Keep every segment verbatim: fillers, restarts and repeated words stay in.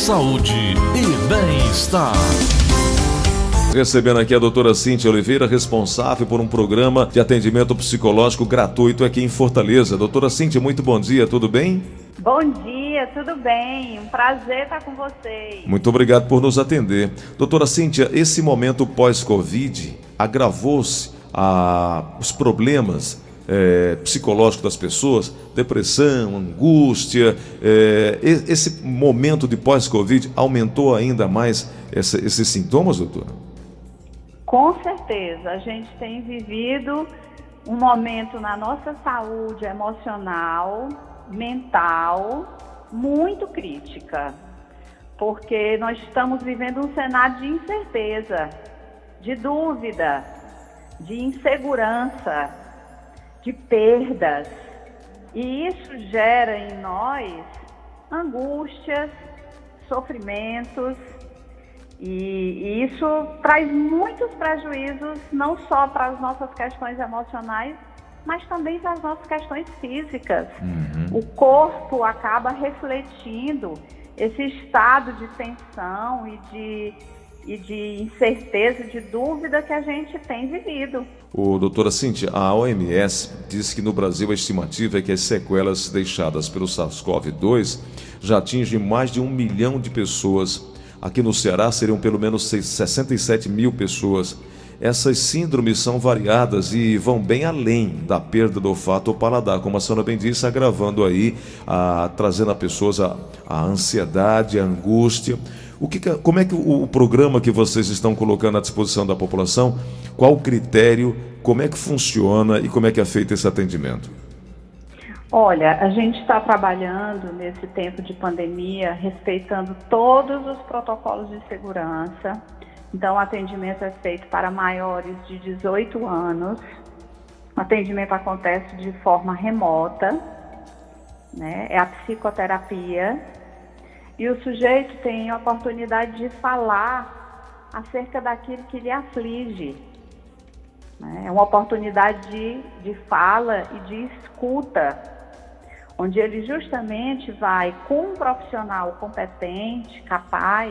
saúde e bem-estar. Recebendo aqui a doutora Cíntia Oliveira, responsável por um programa de atendimento psicológico gratuito aqui em Fortaleza. Doutora Cíntia, muito bom dia, tudo bem? Bom dia, tudo bem? Um prazer estar com vocês. Muito obrigado por nos atender. Doutora Cíntia, esse momento pós-Covid agravou-se a, os problemas é, psicológicos das pessoas, depressão, angústia. É, esse momento de pós-Covid aumentou ainda mais essa, esses sintomas, doutora? Com certeza, a gente tem vivido um momento na nossa saúde emocional, mental, muito crítica, porque nós estamos vivendo um cenário de incerteza, de dúvida, de insegurança, de perdas, e isso gera em nós angústias, sofrimentos, e isso traz muitos prejuízos, não só para as nossas questões emocionais, mas também para as nossas questões físicas. Uhum. O corpo acaba refletindo esse estado de tensão e de, e de incerteza, de dúvida que a gente tem vivido. Ô, doutora Cíntia, a O M S diz que no Brasil a estimativa é que as sequelas deixadas pelo SARS-CoV dois já atingem mais de um milhão de pessoas. Aqui no Ceará seriam pelo menos sessenta e sete mil pessoas. Essas síndromes são variadas e vão bem além da perda do olfato ou paladar, como a senhora bem disse, agravando aí, a, trazendo a pessoas a, a ansiedade, a angústia. O que, como é que o, o programa que vocês estão colocando à disposição da população, qual o critério, como é que funciona e como é que é feito esse atendimento? Olha, a gente está trabalhando nesse tempo de pandemia, respeitando todos os protocolos de segurança. Então, o atendimento é feito para maiores de dezoito anos. O atendimento acontece de forma remota, né? É a psicoterapia. E o sujeito tem a oportunidade de falar acerca daquilo que lhe aflige. Né? É uma oportunidade de, de fala e de escuta, onde ele justamente vai, com um profissional competente, capaz,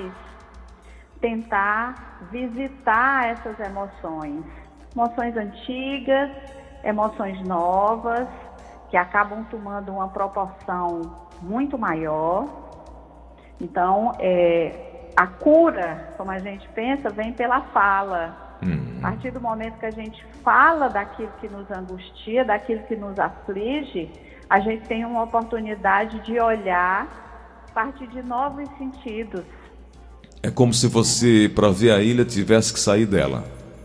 tentar visitar essas emoções. Emoções antigas, emoções novas, que acabam tomando uma proporção muito maior. Então, é, a cura, como a gente pensa, vem pela fala. Hum. A partir do momento que a gente fala daquilo que nos angustia, daquilo que nos aflige, a gente tem uma oportunidade de olhar a partir de novos sentidos. É como se você, para ver a ilha, tivesse que sair dela.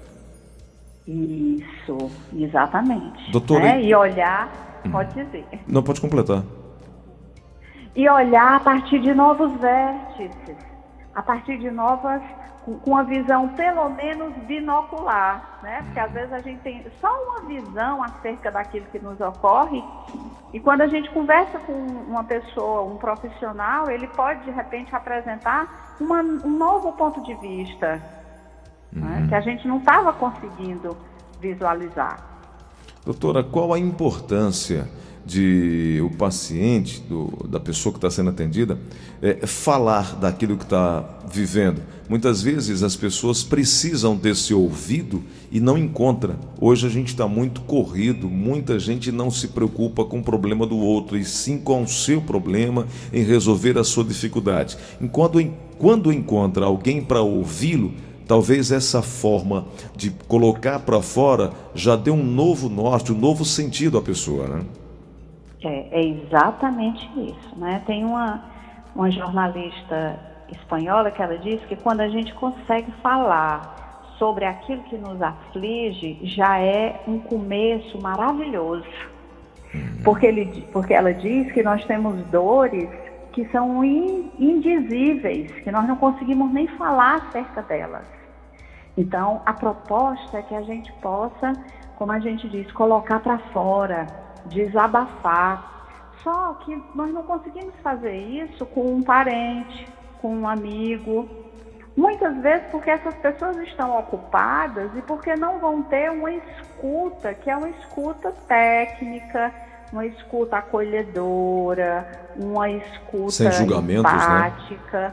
Isso, exatamente. Doutora... É, e olhar, hum. pode dizer. Não, pode completar. E olhar a partir de novos vértices, a partir de novas, com, com uma visão pelo menos binocular, né? Porque às vezes a gente tem só uma visão acerca daquilo que nos ocorre, e quando a gente conversa com uma pessoa, um profissional, ele pode de repente apresentar uma, um novo ponto de vista, uhum. né? Que a gente não estava conseguindo visualizar. Doutora, qual a importância de o paciente, do, da pessoa que está sendo atendida, é, falar daquilo que está vivendo? Muitas vezes as pessoas precisam desse ouvido e não encontram. Hoje a gente está muito corrido, muita gente não se preocupa com o problema do outro, e sim com o seu problema, em resolver a sua dificuldade. Enquanto, quando encontra alguém para ouvi-lo, talvez essa forma de colocar para fora já dê um novo norte, um novo sentido à pessoa, né? É, é exatamente isso, né? Tem uma, uma jornalista espanhola que ela diz que quando a gente consegue falar sobre aquilo que nos aflige, já é um começo maravilhoso. Porque, ele, porque ela diz que nós temos dores que são indizíveis, que nós não conseguimos nem falar acerca delas. Então, a proposta é que a gente possa, como a gente diz, colocar para fora, desabafar. Só que nós não conseguimos fazer isso com um parente, com um amigo. Muitas vezes porque essas pessoas estão ocupadas e porque não vão ter uma escuta, que é uma escuta técnica, uma escuta acolhedora, uma escuta sem julgamentos, empática, né?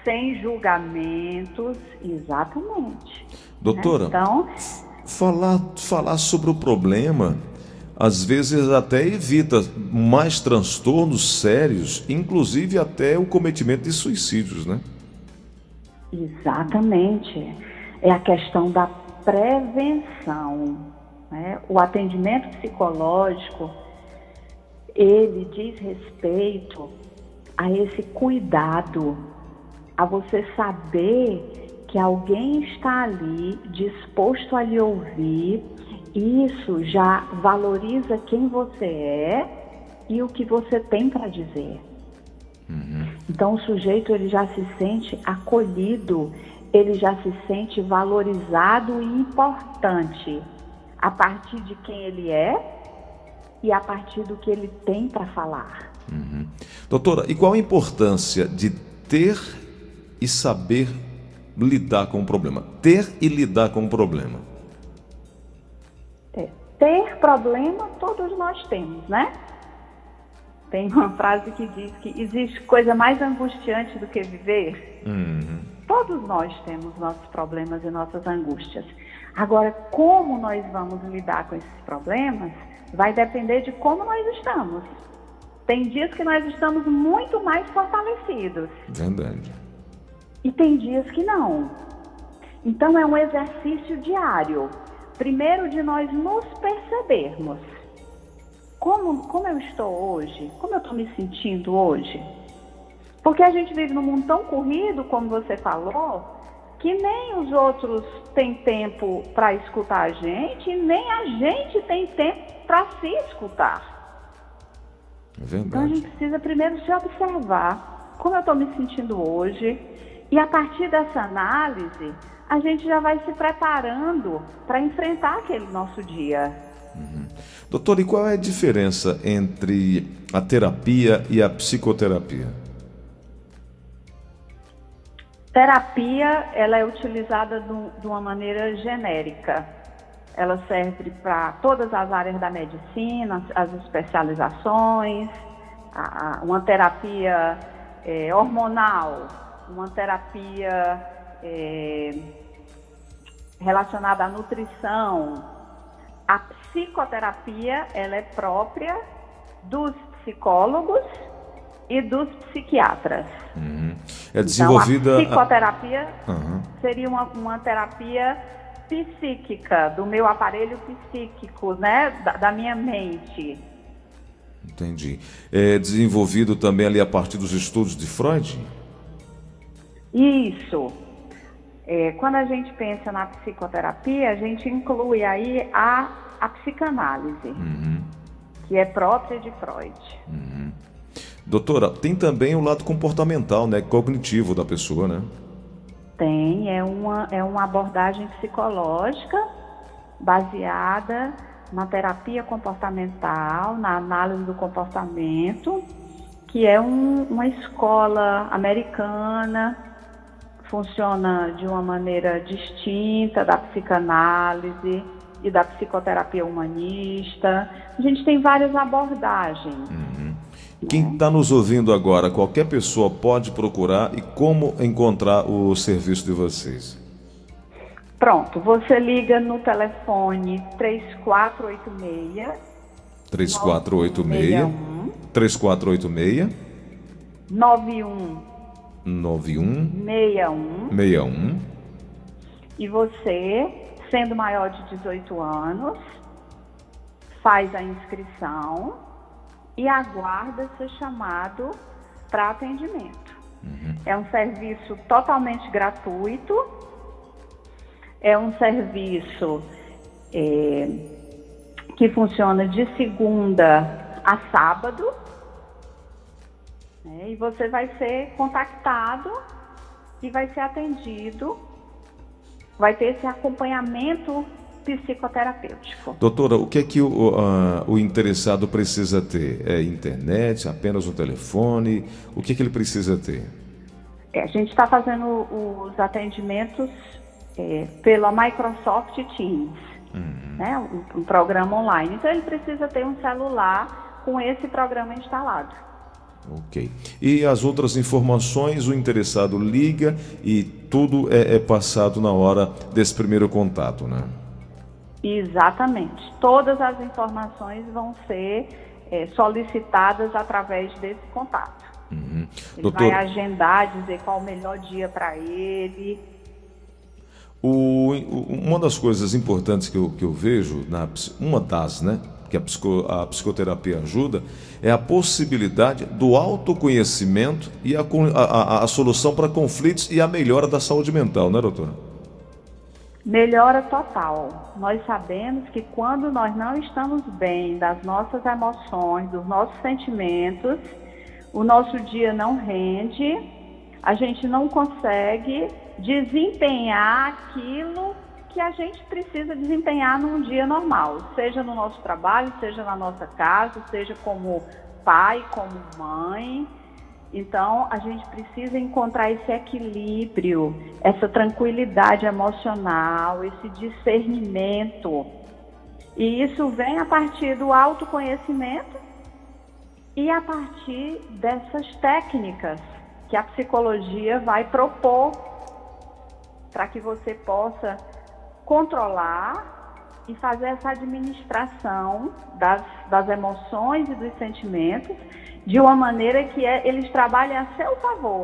sem julgamentos, exatamente. Doutora, né? Então, falar, falar sobre o problema, às vezes até evita mais transtornos sérios, inclusive até o cometimento de suicídios, né? Exatamente. É a questão da prevenção, né? O atendimento psicológico, ele diz respeito a esse cuidado, a você saber que alguém está ali disposto a lhe ouvir. Isso já valoriza quem você é e o que você tem para dizer. Uhum. Então o sujeito ele já se sente acolhido, ele já se sente valorizado e importante a partir de quem ele é e a partir do que ele tem para falar. Uhum. Doutora, e qual a importância de ter e saber lidar com o problema? Ter e lidar com o problema. É, ter problema todos nós temos, né? Tem uma frase que diz que existe coisa mais angustiante do que viver. Uhum. Todos nós temos nossos problemas e nossas angústias. Agora, como nós vamos lidar com esses problemas vai depender de como nós estamos. Tem dias que nós estamos muito mais fortalecidos. Verdade. E tem dias que não. Então é um exercício diário. Primeiro de nós nos percebermos. Como, como eu estou hoje? Como eu estou me sentindo hoje? Porque a gente vive num mundo tão corrido, como você falou, que nem os outros têm tempo para escutar a gente, nem a gente tem tempo para se escutar. É verdade. Então a gente precisa primeiro se observar como eu estou me sentindo hoje e a partir dessa análise a gente já vai se preparando para enfrentar aquele nosso dia. Uhum. Doutor, e qual é a diferença entre a terapia e a psicoterapia? Terapia, ela é utilizada do, de uma maneira genérica. Ela serve para todas as áreas da medicina, as especializações, a, a, uma terapia é, hormonal, uma terapia é, relacionada à nutrição. A psicoterapia, ela é própria dos psicólogos e dos psiquiatras. Uhum. É desenvolvida... Então, a psicoterapia uhum. seria uma, uma terapia psíquica, do meu aparelho psíquico, né? Da, da minha mente. Entendi. É desenvolvido também ali a partir dos estudos de Freud? Isso. É, quando a gente pensa na psicoterapia, a gente inclui aí a, a psicanálise, uhum. que é própria de Freud. Uhum. Doutora, tem também o lado comportamental, né, cognitivo da pessoa, né? Tem, é uma, é uma abordagem psicológica baseada na terapia comportamental, na análise do comportamento, que é um, uma escola americana, funciona de uma maneira distinta da psicanálise e da psicoterapia humanista. A gente tem várias abordagens. Uhum. Quem está nos ouvindo agora, qualquer pessoa pode procurar e como encontrar o serviço de vocês? Pronto, você liga no telefone três quatro oito seis três quatro oito seis três quatro oito seis nove um nove um seis um seis um e você, sendo maior de dezoito anos, faz a inscrição e aguarda ser chamado para atendimento. Uhum. É um serviço totalmente gratuito, é um serviço é, que funciona de segunda a sábado, né, e você vai ser contactado e vai ser atendido, vai ter esse acompanhamento psicoterapêutico. Doutora, o que é que o, uh, o interessado precisa ter? É internet, apenas um telefone? O que é que ele precisa ter? É, a gente está fazendo os atendimentos é, pela Microsoft Teams, uhum. né, um, um programa online. Então ele precisa ter um celular com esse programa instalado. Ok. E as outras informações, o interessado liga e tudo é, é passado na hora desse primeiro contato, né? Exatamente. Todas as informações vão ser é, solicitadas através desse contato. Uhum. Ele Doutor... vai agendar, dizer qual o melhor dia para ele. O, uma das coisas importantes que eu, que eu vejo, na, uma das, né, que a, psico, a psicoterapia ajuda, é a possibilidade do autoconhecimento e a, a, a solução para conflitos e a melhora da saúde mental, né, doutora? Melhora total. Nós sabemos que quando nós não estamos bem das nossas emoções, dos nossos sentimentos, o nosso dia não rende, a gente não consegue desempenhar aquilo que a gente precisa desempenhar num dia normal, seja no nosso trabalho, seja na nossa casa, seja como pai, como mãe. Então, a gente precisa encontrar esse equilíbrio, essa tranquilidade emocional, esse discernimento. E isso vem a partir do autoconhecimento e a partir dessas técnicas que a psicologia vai propor para que você possa controlar e fazer essa administração das, das emoções e dos sentimentos de uma maneira que é, eles trabalhem a seu favor.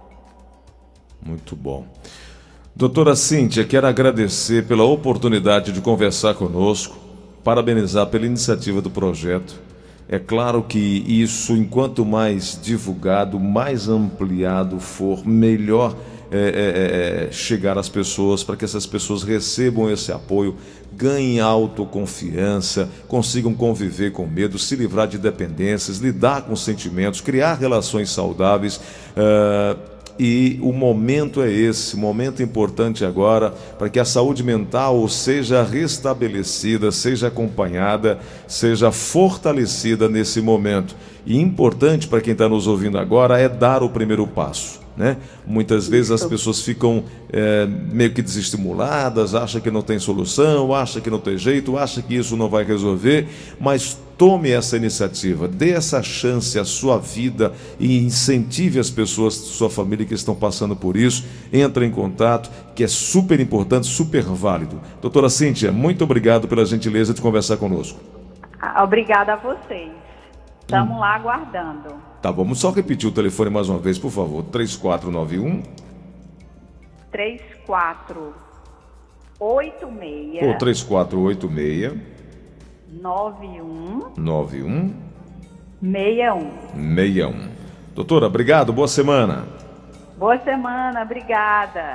Muito bom. Doutora Cíntia, quero agradecer pela oportunidade de conversar conosco, parabenizar pela iniciativa do projeto. É claro que isso, enquanto mais divulgado, mais ampliado for, melhor é, é, é, chegar às pessoas, para que essas pessoas recebam esse apoio, ganhem autoconfiança, consigam conviver com medo, se livrar de dependências, lidar com sentimentos, criar relações saudáveis. Uh, E o momento é esse, momento importante agora, para que a saúde mental seja restabelecida, seja acompanhada, seja fortalecida nesse momento. E importante para quem está nos ouvindo agora é dar o primeiro passo, né? Muitas vezes as pessoas ficam é, meio que desestimuladas, acham que não tem solução, acham que não tem jeito, acham que isso não vai resolver, mas tome essa iniciativa, dê essa chance à sua vida e incentive as pessoas da sua família que estão passando por isso. Entre em contato, que é super importante, super válido. Doutora Cíntia, muito obrigado pela gentileza de conversar conosco. Obrigada a vocês. Estamos hum. lá aguardando. Tá, vamos só repetir o telefone mais uma vez, por favor. três quatro nove um três quatro oito seis ou três quatro oito seis nove um nove um seis um. seis um. Doutora, obrigado, boa semana. Boa semana, obrigada.